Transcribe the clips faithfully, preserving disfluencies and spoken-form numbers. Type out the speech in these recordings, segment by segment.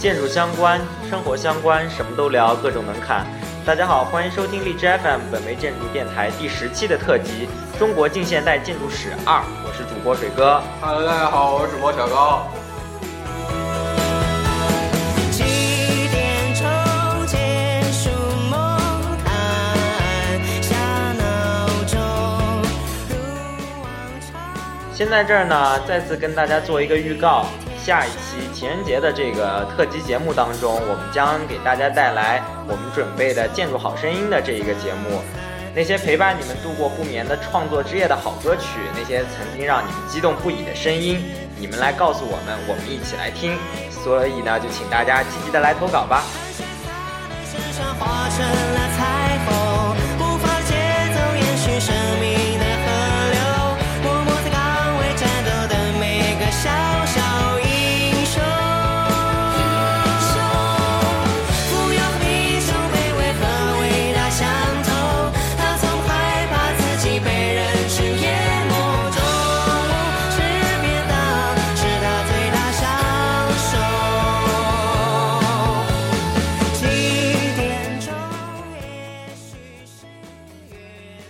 建筑相关、生活相关，什么都聊，各种能侃。大家好，欢迎收听荔枝 F M 本为建筑电台第十期的特辑《中国近现代建筑史二》，我是主播水哥。 Hello， 大家好，我是主播小高。 先在这儿呢，再次跟大家做一个预告，下一期情人节的这个特辑节目当中，我们将给大家带来我们准备的《建筑好声音》的这一个节目。那些陪伴你们度过不眠的创作之夜的好歌曲，那些曾经让你们激动不已的声音，你们来告诉我们，我们一起来听。所以呢，就请大家积极的来投稿吧。身上化成了彩虹，无法节奏延续生命的河流，默默在岗位战斗的每个小小英雄。富有比雄卑微和伟大相同，他从害怕自己被人群淹没中，是变大是他最大享受。几点钟也许是月。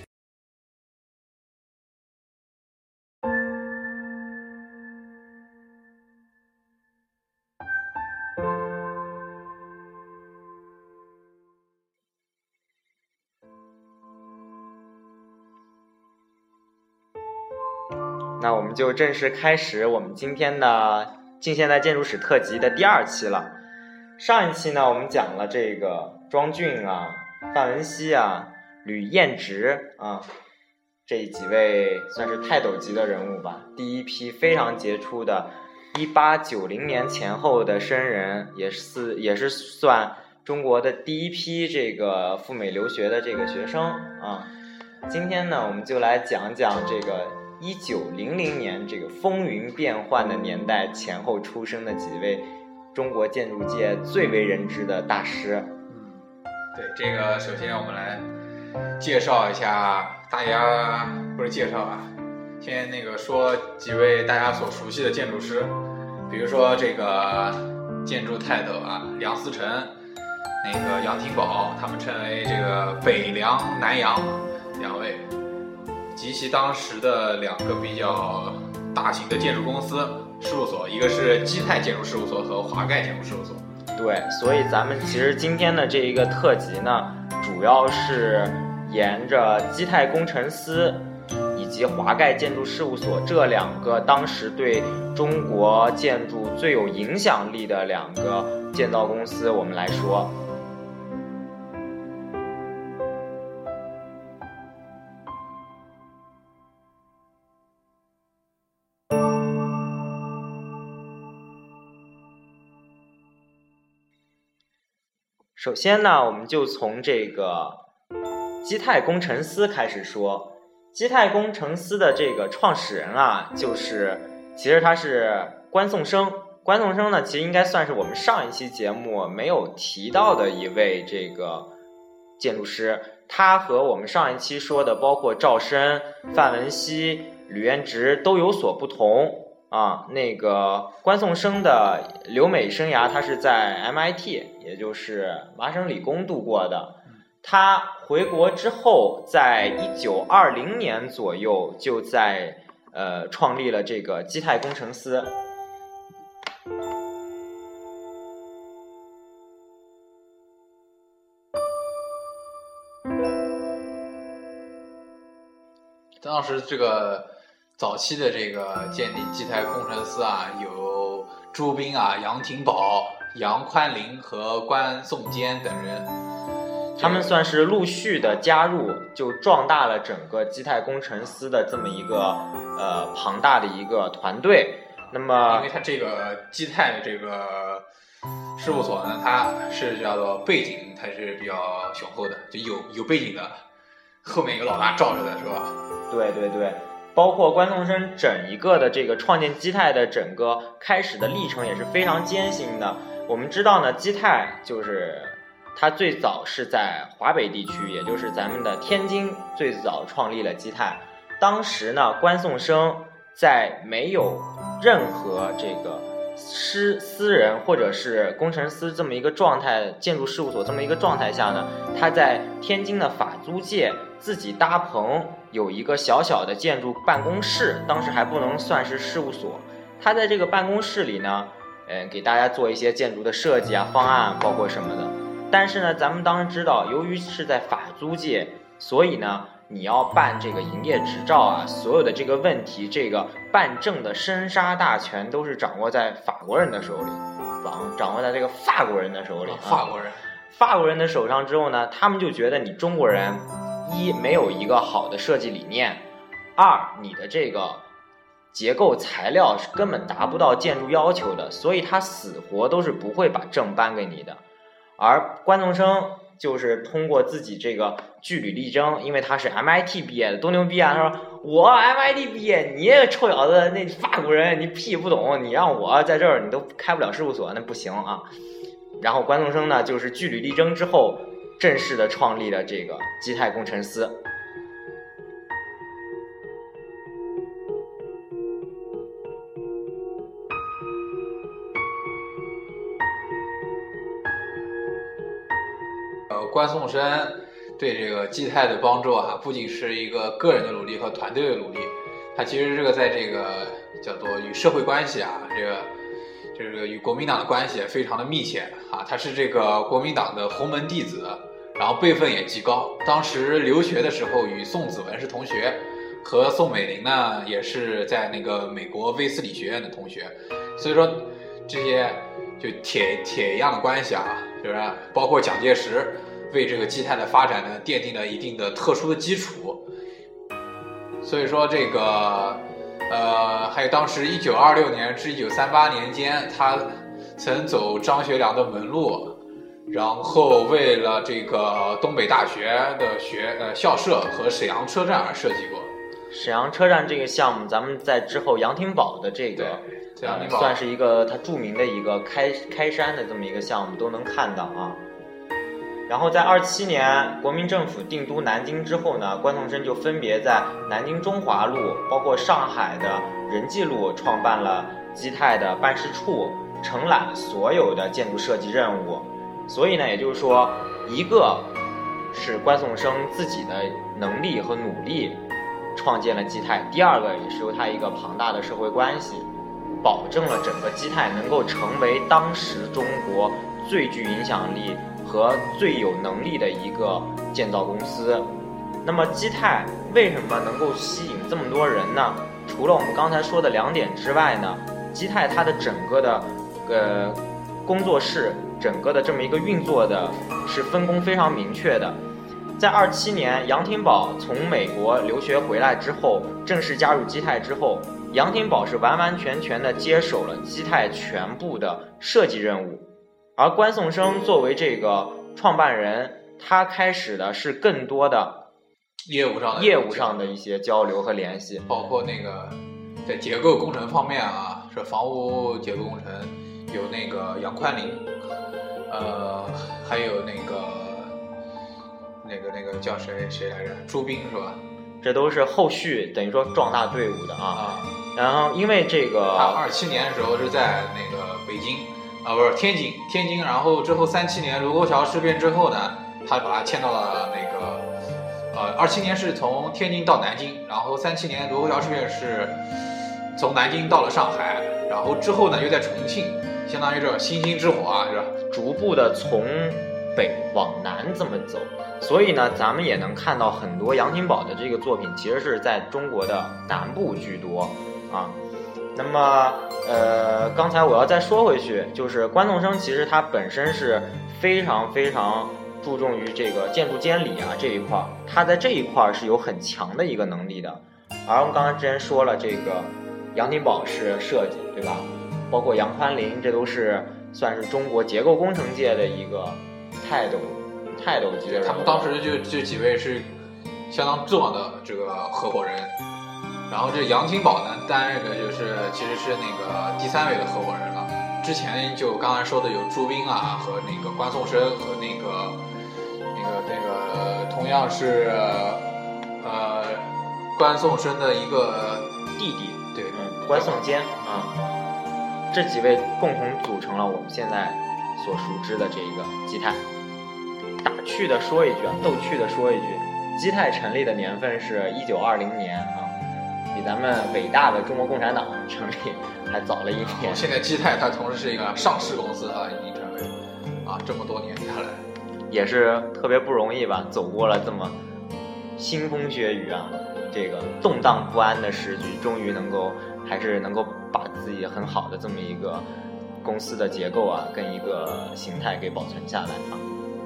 那我们就正式开始我们今天的近现代建筑史特辑的第二期了。上一期呢，我们讲了这个庄俊啊、范文熙啊、吕彦直啊这几位算是泰斗级的人物吧，第一批非常杰出的一八九零年前后的生人，也是也是算中国的第一批这个赴美留学的这个学生啊。今天呢，我们就来讲讲这个一九零零年这个风云变幻的年代前后出生的几位中国建筑界最为人知的大师。 嗯，对，这个首先我们来介绍一下，大家不是介绍啊，先那个说几位大家所熟悉的建筑师，比如说这个建筑泰斗啊，梁思成，那个杨廷宝，他们称为这个北梁南杨两位。及其当时的两个比较大型的建筑公司事务所，一个是基泰建筑事务所和华盖建筑事务所。 对，所以咱们其实今天的这一个特辑呢，主要是沿着基泰工程司以及华盖建筑事务所这两个当时对中国建筑最有影响力的两个建造公司，我们来说。首先呢，我们就从这个基泰工程司开始说。基泰工程司的这个创始人啊，就是其实他是关颂声。关颂声呢，其实应该算是我们上一期节目没有提到的一位这个建筑师。他和我们上一期说的包括赵申、范文熙、吕彦直都有所不同。啊，那个关颂声的留美生涯，他是在 M I T， 也就是麻省理工度过的。他回国之后，在一九二零年左右，就在呃创立了这个基泰工程司。 当时这个早期的这个建立基泰工程司啊，有朱彬啊、杨廷宝、杨宽林和关颂坚等人， 他们算是陆续的加入，就壮大了整个基泰工程司的这么一个呃庞大的一个团队。那么， 因为他这个基泰的这个事务所呢，它是叫做背景，它是比较雄厚的，就有有背景的，后面有老大罩着的，是吧？ 对对对。包括关颂声整一个的这个创建基泰的整个开始的历程也是非常艰辛的。我们知道呢，基泰就是它最早是在华北地区，也就是咱们的天津最早创立了基泰。当时呢，关颂声在没有任何这个私私人或者是工程师这么一个状态，建筑事务所这么一个状态下呢，他在天津的法租界自己搭棚，有一个小小的建筑办公室，当时还不能算是事务所。他在这个办公室里呢，嗯，给大家做一些建筑的设计啊、方案，包括什么的。但是呢，咱们当时知道，由于是在法租界，所以呢，你要办这个营业执照啊，所有的这个问题，这个办证的生杀大权都是掌握在法国人的手里，掌掌握在这个法国人的手里。 啊、法国人， 法国人的手上之后呢，他们就觉得你中国人一没有一个好的设计理念，二你的这个结构材料是根本达不到建筑要求的，所以他死活都是不会把证颁给你的。而关颂生就是通过自己这个据理力争，因为他是 M I T 毕业的，多牛逼啊！他说我 M I T 毕业，你臭小子，那法国人你屁不懂，你让我在这儿你都开不了事务所，那不行啊。然后关颂生呢，就是据理力争之后，正式的创立了这个基泰工程司。 关颂生对这个基泰的帮助啊，不仅是一个个人的努力和团队的努力，他其实这个在这个叫做与社会关系啊，这个这个与国民党的关系非常的密切啊。他是这个国民党的洪门弟子，然后辈分也极高。当时留学的时候与宋子文是同学，和宋美龄呢也是在那个美国威斯理学院的同学，所以说这些就铁铁一样的关系啊，就是包括蒋介石为这个基泰的发展呢奠定了一定的特殊的基础。所以说这个呃，还有当时一九二六年至一九三八年间，他曾走张学良的门路，然后为了这个东北大学的学呃校舍和沈阳车站而设计过。 沈阳车站这个项目，咱们在之后杨廷宝的这个呃、算是一个他著名的一个开开山的这么一个项目，都能看到啊。然后在二七年国民政府定都南京之后呢，关颂生就分别在南京中华路包括上海的仁济路创办了基泰的办事处，承揽所有的建筑设计任务。所以呢，也就是说，一个是关颂生自己的能力和努力创建了基泰，第二个也是由他一个庞大的社会关系保证了整个基泰能够成为当时中国最具影响力和最有能力的一个建造公司。那么基泰为什么能够吸引这么多人呢？除了我们刚才说的两点之外呢，基泰它的整个的呃工作室，整个的这么一个运作的是分工非常明确的。在二七年杨廷宝从美国留学回来之后，正式加入基泰之后，杨廷宝是完完全全的接手了基泰全部的设计任务。而关颂生作为这个创办人，他开始的是更多的业务上的业务上的一些交流和联系， 包括那个在结构工程方面啊，是房屋结构工程有那个杨宽林，呃，还有那个那个那个叫谁谁来着？朱彬是吧？ 这都是后续等于说壮大队伍的啊。啊然后因为这个， 他二七年的时候是在那个北京。啊，不是天津，天津，然后之后三七年卢沟桥事变之后呢，他把他迁到了那个，呃，二七年是从天津到南京，然后三七年卢沟桥事变是从南京到了上海，然后之后呢又在重庆，相当于这星星之火啊，是吧？ 逐步的从北往南这么走，所以呢，咱们也能看到很多杨廷宝的这个作品其实是在中国的南部居多啊。那么，呃，刚才我要再说回去，就是关颂生其实他本身是非常非常注重于这个建筑监理啊这一块，他在这一块是有很强的一个能力的。而我们刚才之前说了，这个杨廷宝是设计，对吧？包括杨宽林，这都是算是中国结构工程界的一个泰斗泰斗级的人物。 他们当时就这几位是相当重要的这个合伙人。然后这杨廷宝呢担任的就是其实是那个第三位的合伙人了。之前就刚才说的有朱彬啊和那个关颂生和那个那个那个同样是呃关颂生的一个弟弟， 对， 嗯，关颂坚啊。 这几位共同组成了我们现在所熟知的这个基泰。打趣的说一句啊，逗趣的说一句，基泰成立的年份是一九二零年啊，比咱们伟大的中国共产党成立还早了一年。 现在基泰它同时是一个上市公司啊，已经成为啊这么多年下来， 也是特别不容易吧，走过了这么腥风血雨啊，这个动荡不安的时局，终于能够还是能够把自己很好的这么一个公司的结构啊，跟一个形态给保存下来啊。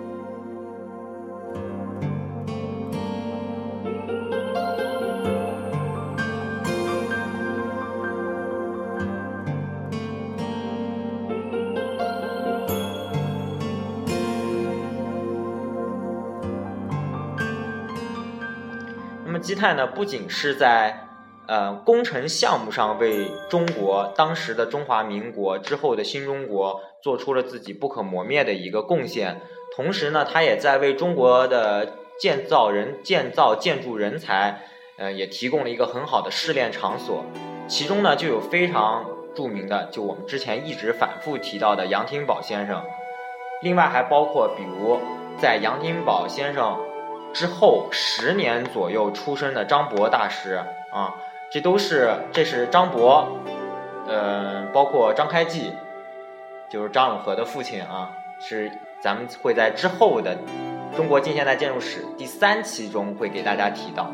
那么基泰呢，不仅是在呃工程项目上为中国当时的中华民国之后的新中国做出了自己不可磨灭的一个贡献，同时呢，它也在为中国的建造人建造建筑人才，呃，也提供了一个很好的试炼场所。其中呢，就有非常著名的，就我们之前一直反复提到的杨廷宝先生，另外还包括比如在杨廷宝先生之后十年左右出生的张伯大师啊，这都是这是张伯，呃，包括张开济，就是张永和的父亲啊，是咱们会在之后的中国近现代建筑史第三期中会给大家提到。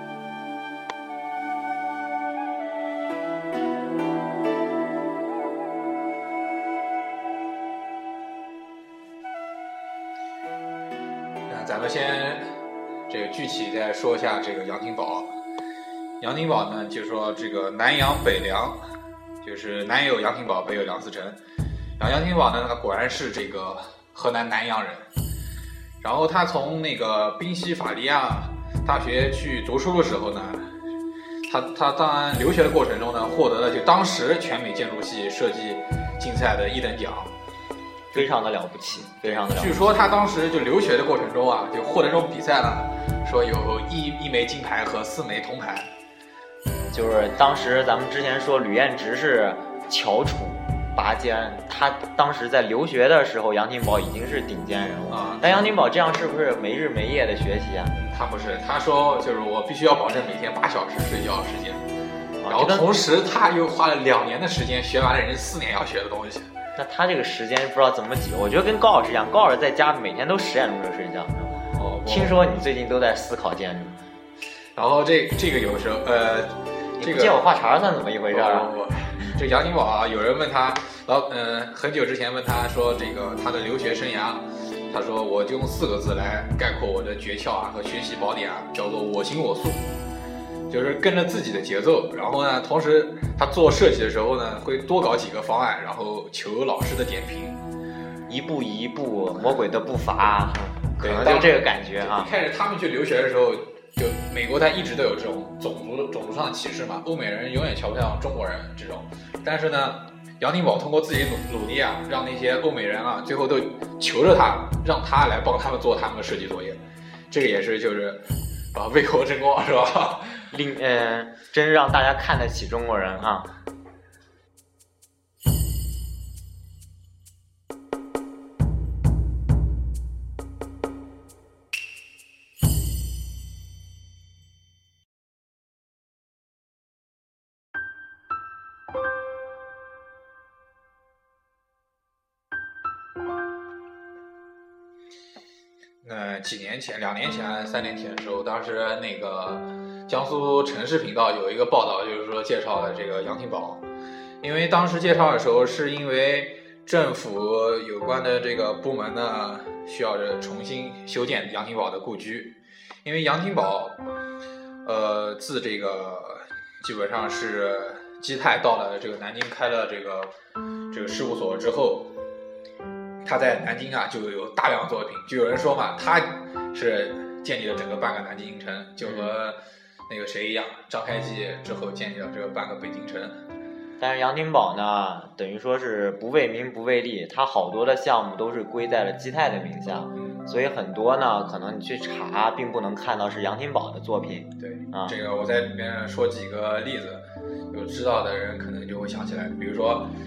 那咱们先这个具体再说一下这个杨廷宝。杨廷宝呢，就是说这个南杨北梁，就是南有杨廷宝，北有梁思成。然后杨廷宝呢，他果然是这个河南南阳人。然后他从那个宾夕法尼亚大学去读书的时候呢，他他当然留学的过程中呢，获得了就当时全美建筑系设计竞赛的一等奖， 非常的了不起，非常的了不起。 据说他当时就留学的过程中啊，就获得这种比赛呢，说有一一枚金牌和四枚铜牌。 就是当时咱们之前说吕彦直是翘楚拔尖，他当时在留学的时候，杨廷宝已经是顶尖人物啊。 但杨廷宝这样是不是没日没夜的学习啊？ 他不是，他说就是我必须要保证每天八小时睡觉时间， 啊、 然后同时他又花了两年的时间学完了人四年要学的东西。 那他这个时间不知道怎么挤，我觉得跟高老师一样，高老师在家每天都十点钟就睡觉。 哦， 听说你最近都在思考建筑， 然后这这个有时候呃。这个借我话茬算怎么一回事啊？ 哦、这杨廷宝啊，有人问他，然后嗯、呃，很久之前问他说这个他的留学生涯，他说我就用四个字来概括我的诀窍啊和学习宝典啊，叫做我行我素，就是跟着自己的节奏，然后呢，同时他做设计的时候呢，会多搞几个方案，然后求老师的点评， 一步一步魔鬼的步伐，可能就这个感觉啊。 一开始他们去留学的时候。就美国，它一直都有这种种族种族上的歧视嘛，欧美人永远瞧不上中国人这种。但是呢，杨廷宝通过自己努努力啊，让那些欧美人啊，最后都求着他，让他来帮他们做他们的设计作业。这个也是就是啊，为国争光是吧？ 令呃，真让大家看得起中国人啊。 那几年前，两年前、三年前的时候，当时那个江苏城市频道有一个报道，就是说介绍了这个杨廷宝。因为当时介绍的时候，是因为政府有关的这个部门呢，需要着重新修建杨廷宝的故居。因为杨廷宝，呃，自这个基本上是基泰到了这个南京开了这个这个事务所之后。他在南京啊就有大量作品，就有人说嘛，他是建立了整个半个南京城，就和那个谁一样，张开济之后建立了这个半个北京城。 但是杨廷宝呢，等于说是不为名不为利，他好多的项目都是归在了基泰的名下，所以很多呢，可能你去查，并不能看到是杨廷宝的作品。 对， 啊， 这个我在里面说几个例子，有知道的人可能就会想起来，比如说。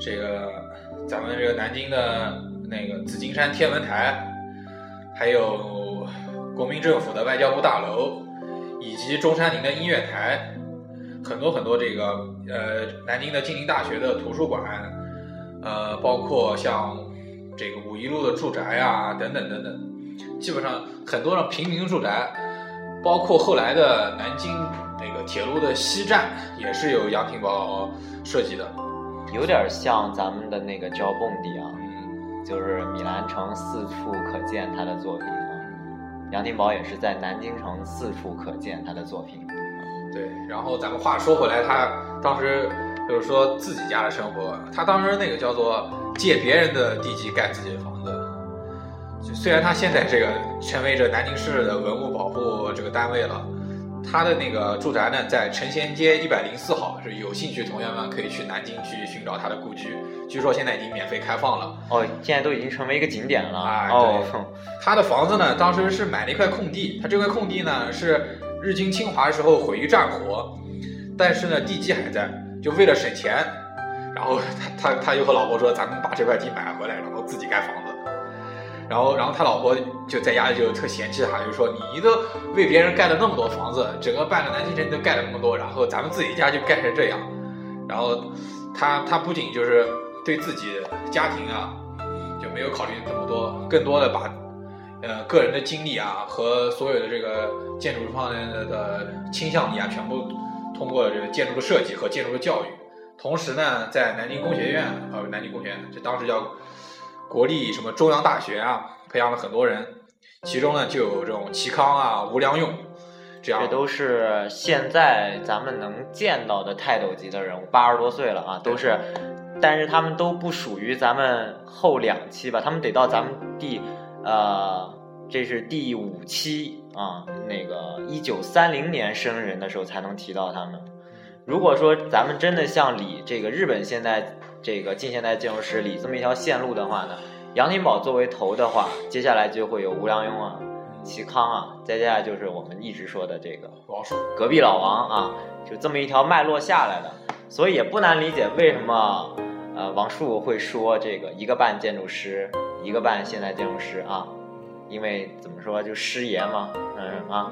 这个咱们这个南京的那个紫金山天文台，还有国民政府的外交部大楼，以及中山陵的音乐台，很多很多这个呃南京的金陵大学的图书馆，呃包括像这个五一路的住宅啊等等等等，基本上很多的平民住宅，包括后来的南京那个铁路的西站也是由杨廷宝设计的， 有点像咱们的那个焦蹦迪啊， 嗯， 就是米兰城四处可见他的作品啊，杨廷宝也是在南京城四处可见他的作品。 对，然后咱们话说回来，他当时就是说自己家的生活，他当时那个叫做借别人的地基盖自己的房子。就虽然他现在这个成为这南京市的文物保护这个单位了，他的那个住宅呢在成贤街一百零四号，是有兴趣同学们可以去南京去寻找他的故居，据说现在已经免费开放了。 哦，现在都已经成为一个景点了。 啊， 哦， 他的房子呢，当时是买了一块空地，他这块空地呢是日军侵华的时候毁于战火，但是呢地基还在，就为了省钱，然后他他他又和老婆说，咱们把这块地买回来，然后自己盖房子。然后，然后他老婆就在家里就特嫌弃他，就说你都为别人盖了那么多房子，整个半个南京城都盖了那么多，然后咱们自己家就盖成这样。然后他他不仅就是对自己家庭啊就没有考虑这么多，更多的把呃个人的精力啊和所有的这个建筑方面的的倾向力啊，全部通过这个建筑的设计和建筑的教育。同时呢，在南京工学院呃南京工学院就当时叫国立什么中央大学啊，培养了很多人，其中呢就有这种齐康啊、吴良用，这样这都是现在咱们能见到的泰斗级的人物，八十多岁了啊，都是，但是他们都不属于咱们后两期吧，他们得到咱们第呃，这是第五期啊，那个一九三零年生人的时候才能提到他们。如果说咱们真的像李这个日本现代这个近现代建筑师李这么一条线路的话呢，杨廷宝作为头的话，接下来就会有吴良镛啊、齐康啊，再接下来就是我们一直说的这个王树隔壁老王啊，就这么一条脉络下来的，所以也不难理解为什么呃王树会说这个一个半建筑师，一个半现代建筑师啊，因为怎么说就师爷嘛，嗯啊。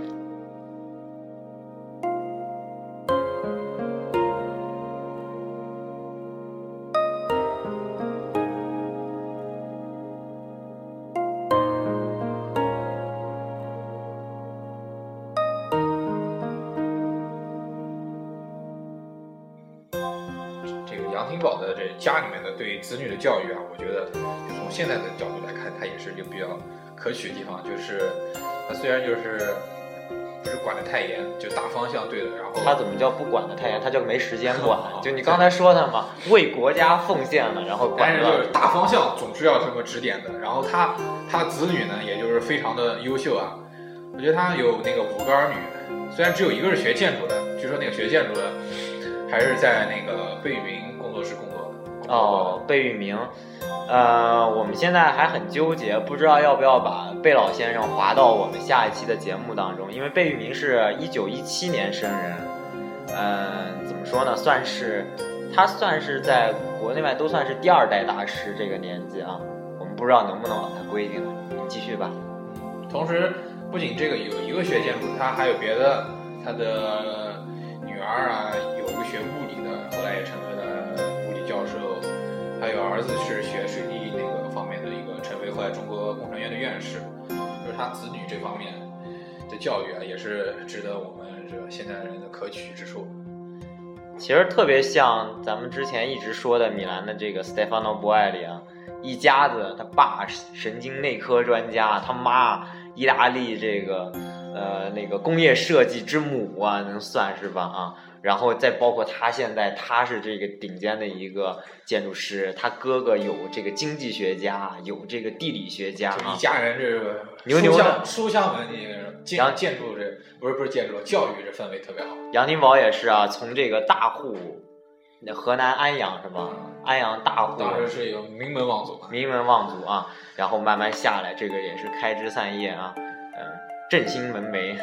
杨廷宝的这家里面的对子女的教育啊，我觉得从现在的角度来看，他也是有比较可取的地方，就是他虽然就是不是管得太严，就大方向对的，然后他怎么叫不管得太严？他叫没时间管。就你刚才说的嘛，为国家奉献了，然后管但是就是大方向总是要这么指点的。然后他他子女呢，也就是非常的优秀啊。我觉得他有那个五个儿女，虽然只有一个是学建筑的，据说那个学建筑的还是在那个贝聿铭工作室工作的。 哦，贝聿铭，呃，我们现在还很纠结，不知道要不要把贝老先生划到我们下一期的节目当中，因为贝聿铭是一九一七年生人，嗯、呃，怎么说呢，算是他算是在国内外都算是第二代大师这个年纪啊，我们不知道能不能把它归进来，你继续吧。 同时，不仅这个有一个学建筑，他还有别的，他的女儿啊有一个学物理的，后来也成为了物理教授，还有儿子是学水利那个方面的一个，成为后来中国工程院的院士，就是他子女这方面的教育啊，也是值得我们这个现代人的可取之处。 其实特别像咱们之前一直说的米兰的这个 Stefano Boelli 啊，一家子，他爸神经内科专家，他妈意大利这个呃那个工业设计之母啊，能算是吧啊。然后再包括他现在，他是这个顶尖的一个建筑师，他哥哥有这个经济学家，有这个地理学家， 就一家人这个牛牛的书香门第，建建筑这不是不是建筑，教育这氛围特别好。 杨廷宝也是啊，从这个大户，那河南安阳是吧？安阳大户， 当时是有名门望族， 名门望族啊，然后慢慢下来，这个也是开枝散叶啊，嗯，振兴门楣。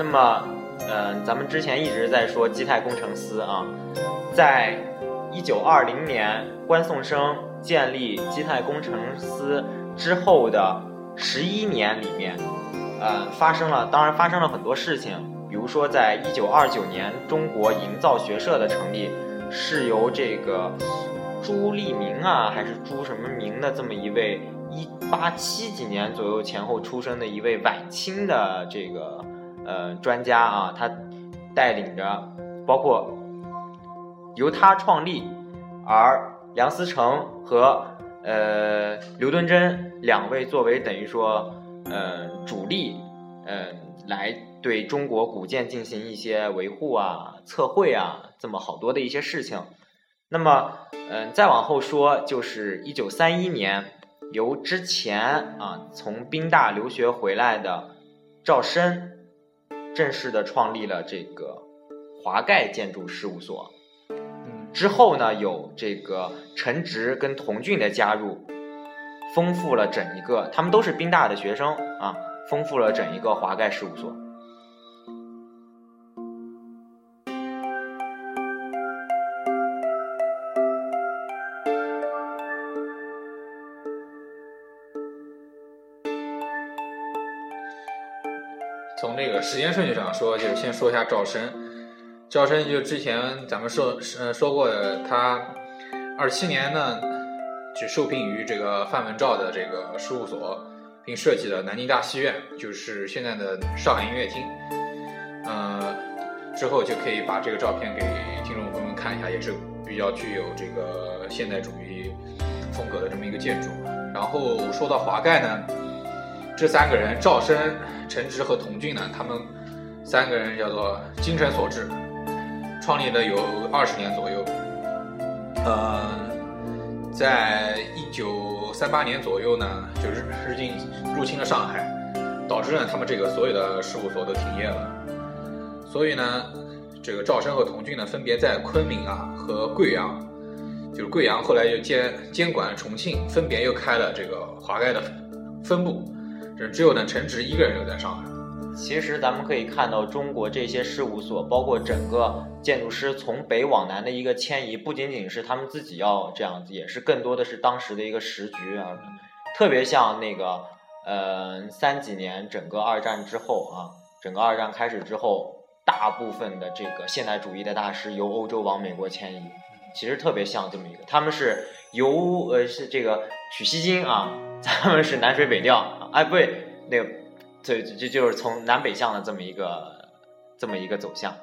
么，呃，咱们之前一直在说基泰工程司啊，在一九二零年关颂声建立基泰工程司之后的十一年里面，呃，发生了，当然发生了很多事情，比如说在一九二九年，中国营造学社的成立，是由这个朱立明啊，还是朱什么明的这么一位一八七几年左右前后出生的一位晚清的这个呃专家啊，他带领着，包括由他创立，而梁思成和呃刘敦桢两位作为等于说呃主力，呃来对中国古建进行一些维护啊、测绘啊，这么好多的一些事情。那么，嗯、呃，再往后说，就是一九三一年，由之前啊从宾大留学回来的赵申，正式的创立了这个华盖建筑事务所。嗯，之后呢，有这个陈植跟童俊的加入，丰富了整一个，他们都是宾大的学生啊，丰富了整一个华盖事务所。 从这个时间顺序上说，就是先说一下赵申。赵申就之前咱们说呃说过的，他二七年呢，只受聘于这个范文照的这个事务所，并设计了南京大戏院，就是现在的上海音乐厅。呃，之后就可以把这个照片给听众朋友们看一下，也是比较具有这个现代主义风格的这么一个建筑。然后说到华盖呢，这三个人赵申、陈植和童俊呢，他们三个人叫做精诚所至，创立了有二十年左右。呃，在一九三八年左右呢，就是日军入侵了上海，导致呢他们这个所有的事务所都停业了。所以呢，这个赵申和童俊呢，分别在昆明啊和贵阳，就是贵阳后来又监监管重庆，分别又开了这个华盖的分部。只有呢陈植一个人留在上海。 其实咱们可以看到，中国这些事务所，包括整个建筑师从北往南的一个迁移，不仅仅是他们自己要这样子，也是更多的是当时的一个时局啊。特别像那个呃三几年整个二战之后啊，整个二战开始之后，大部分的这个现代主义的大师由欧洲往美国迁移，其实特别像这么一个，他们是由呃是这个取西经啊，咱们是南水北调，哎不对，那个对，这就是从南北向的这么一个这么一个走向。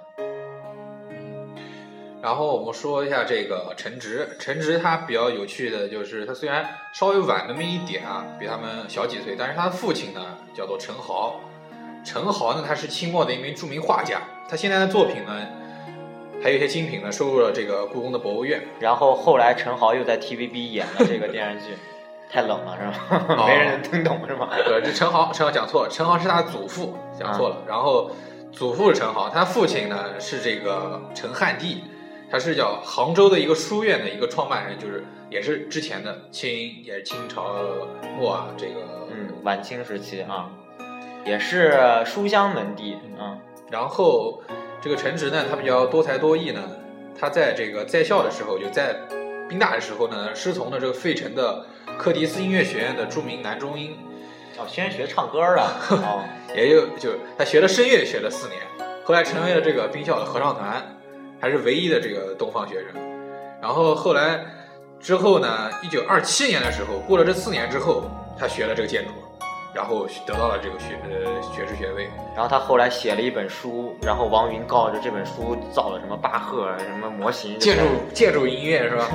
然后我们说一下这个陈植，陈植他比较有趣的就是，他虽然稍微晚那么一点啊，比他们小几岁，但是他的父亲呢叫做陈豪。陈豪呢，他是清末的一名著名画家，他现在的作品呢，还有一些精品呢，收入了这个故宫的博物院。 然后后来陈豪又在 T V B 演了这个电视剧，太冷了是吧？哦、没人听懂是吗？ 对，这陈豪，陈豪讲错了，陈豪是他的祖父，讲错了。嗯、然后祖父是陈豪，他父亲呢是这个陈汉地，他是叫杭州的一个书院的一个创办人，就是也是之前的清，也是清朝末啊，这个嗯晚清时期啊。也是书香门第，嗯， 然后这个陈植呢，他比较多才多艺呢。他在这个在校的时候，就在宾大的时候呢，师从了这个费城的柯迪斯音乐学院的著名男中音。 哦，先学唱歌的，哦， 也有就他学了声乐，学了四年，后来成为了这个宾校的合唱团，还是唯一的这个东方学生。然后后来之后呢，一九二七年的时候，过了这四年之后，他学了这个建筑。然后得到了这个学呃学士学位， 然后他后来写了一本书，然后王云告着这本书造了什么巴赫什么模型， 建筑建筑音乐是吧？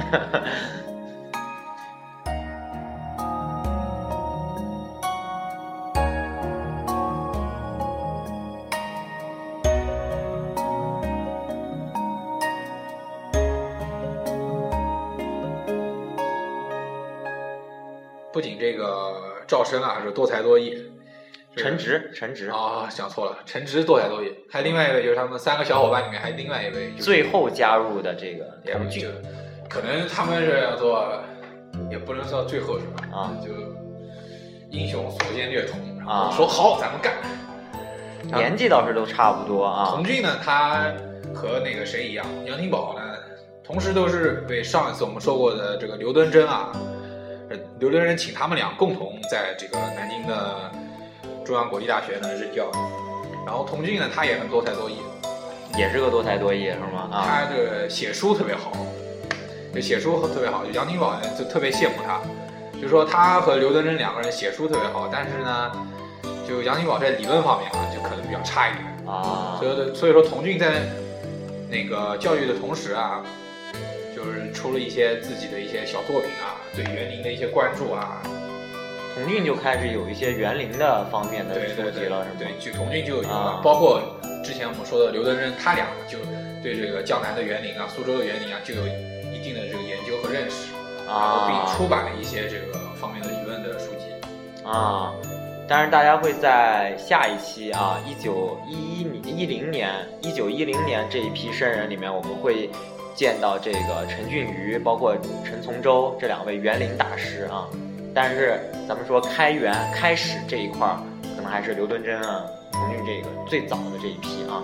不仅这个赵申啊是多才多艺， 陈植陈植啊、哦、想错了，陈植多才多艺，还有另外一位就是他们三个小伙伴里面还有另外一位、就是、 最后加入的这个童俊， 可能他们是要做，也不能说最后是吧？ 啊， 就英雄所见略同啊， 说好咱们干。 年纪倒是都差不多啊。 童俊呢，他和那个谁一样，杨廷宝呢，同时都是被上一次我们说过的这个刘敦桢啊，刘敦桢请他们俩共同在这个南京的中央国际大学呢任教。然后童俊呢，他也很多才多艺， 也是个多才多艺是吗？啊， 他这个写书特别好，就写书特别好，就杨廷宝就特别羡慕他，就说他和刘敦桢两个人写书特别好，但是呢，就杨廷宝在理论方面啊，就可能比较差一点啊。 所以说，所以说童俊在那个教育的同时啊，就是出了一些自己的一些小作品啊，对园林的一些关注啊。 童俊就开始有一些园林的方面的书籍了，是吗？ 对，就童俊就有、 啊， 包括之前我们说的刘敦桢，他俩就对这个江南的园林啊、苏州的园林啊，就有一定的这个研究和认识， 啊、 然后并出版了一些这个方面的理论的书籍啊。当然，大家会在下一期啊，一九一一年、一零年、一九一零年这一批生人里面，我们会见到这个陈俊瑜，包括陈从周这两位园林大师啊。但是咱们说开园开始这一块儿，可能还是刘敦桢啊、童俊这个最早的这一批啊。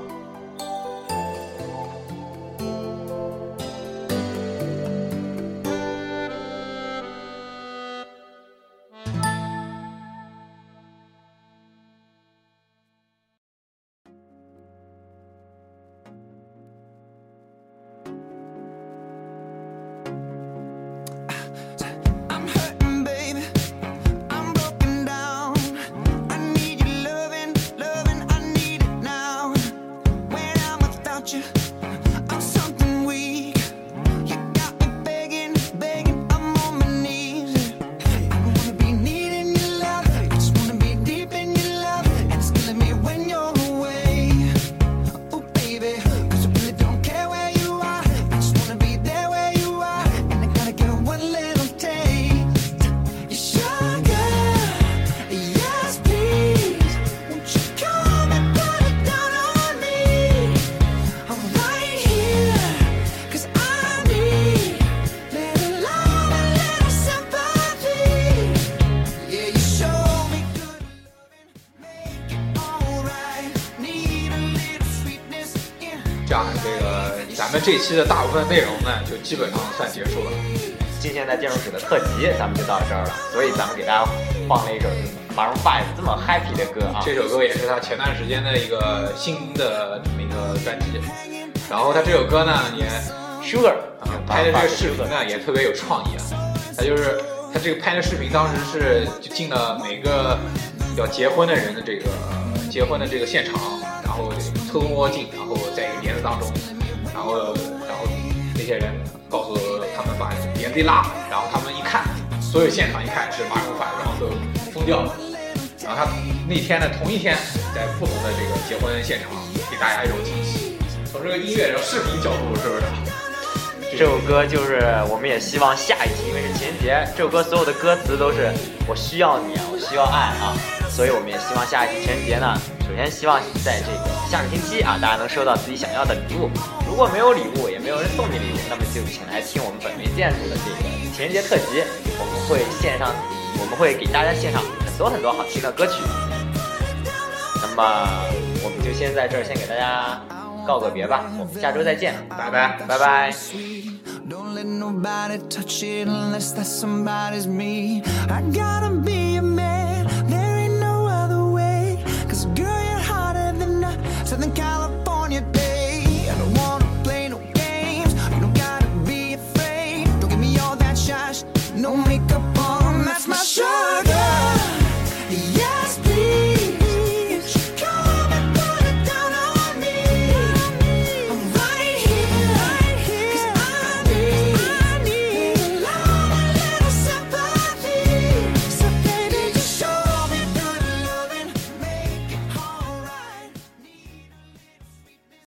咱们这期的大部分内容呢，就基本上算结束了。 近现代建筑史的特辑，咱们就到这儿了。所以咱们给大家放了一首 Maroon 五这么 happy 的歌啊。 这首歌也是他前段时间的一个新的这么一个专辑。然后他这首歌呢，也 Sugar 啊、嗯，拍的这个视频呢也特别有创意啊。他就是他这个拍的视频，当时是就进了每个要结婚的人的这个结婚的这个现场，然后偷偷摸进，然后在一个帘子当中。然后，然后那些人告诉他们把帘子一拉，然后他们一看，所有现场一看是马龙法，然后都疯掉了。然后他那天呢，同一天在不同的这个结婚现场给大家一种惊喜。从这个音乐的视频角度，是不是？ 这首歌就是我们也希望下一期，因为是情人节，这首歌所有的歌词都是我需要你，我需要爱啊，所以我们也希望下一期情人节呢，首先希望在这个下个星期啊，大家能收到自己想要的礼物。如果没有礼物，也没有人送你礼物，那么就请来听我们本维建筑的这个情人节特辑，我们会献上，我们会给大家献上很多很多好听的歌曲。那么我们就先在这儿先给大家告个别吧，我们下周再见，拜拜，拜拜。 Don't let nobody touch it unless that somebody's me. I gotta be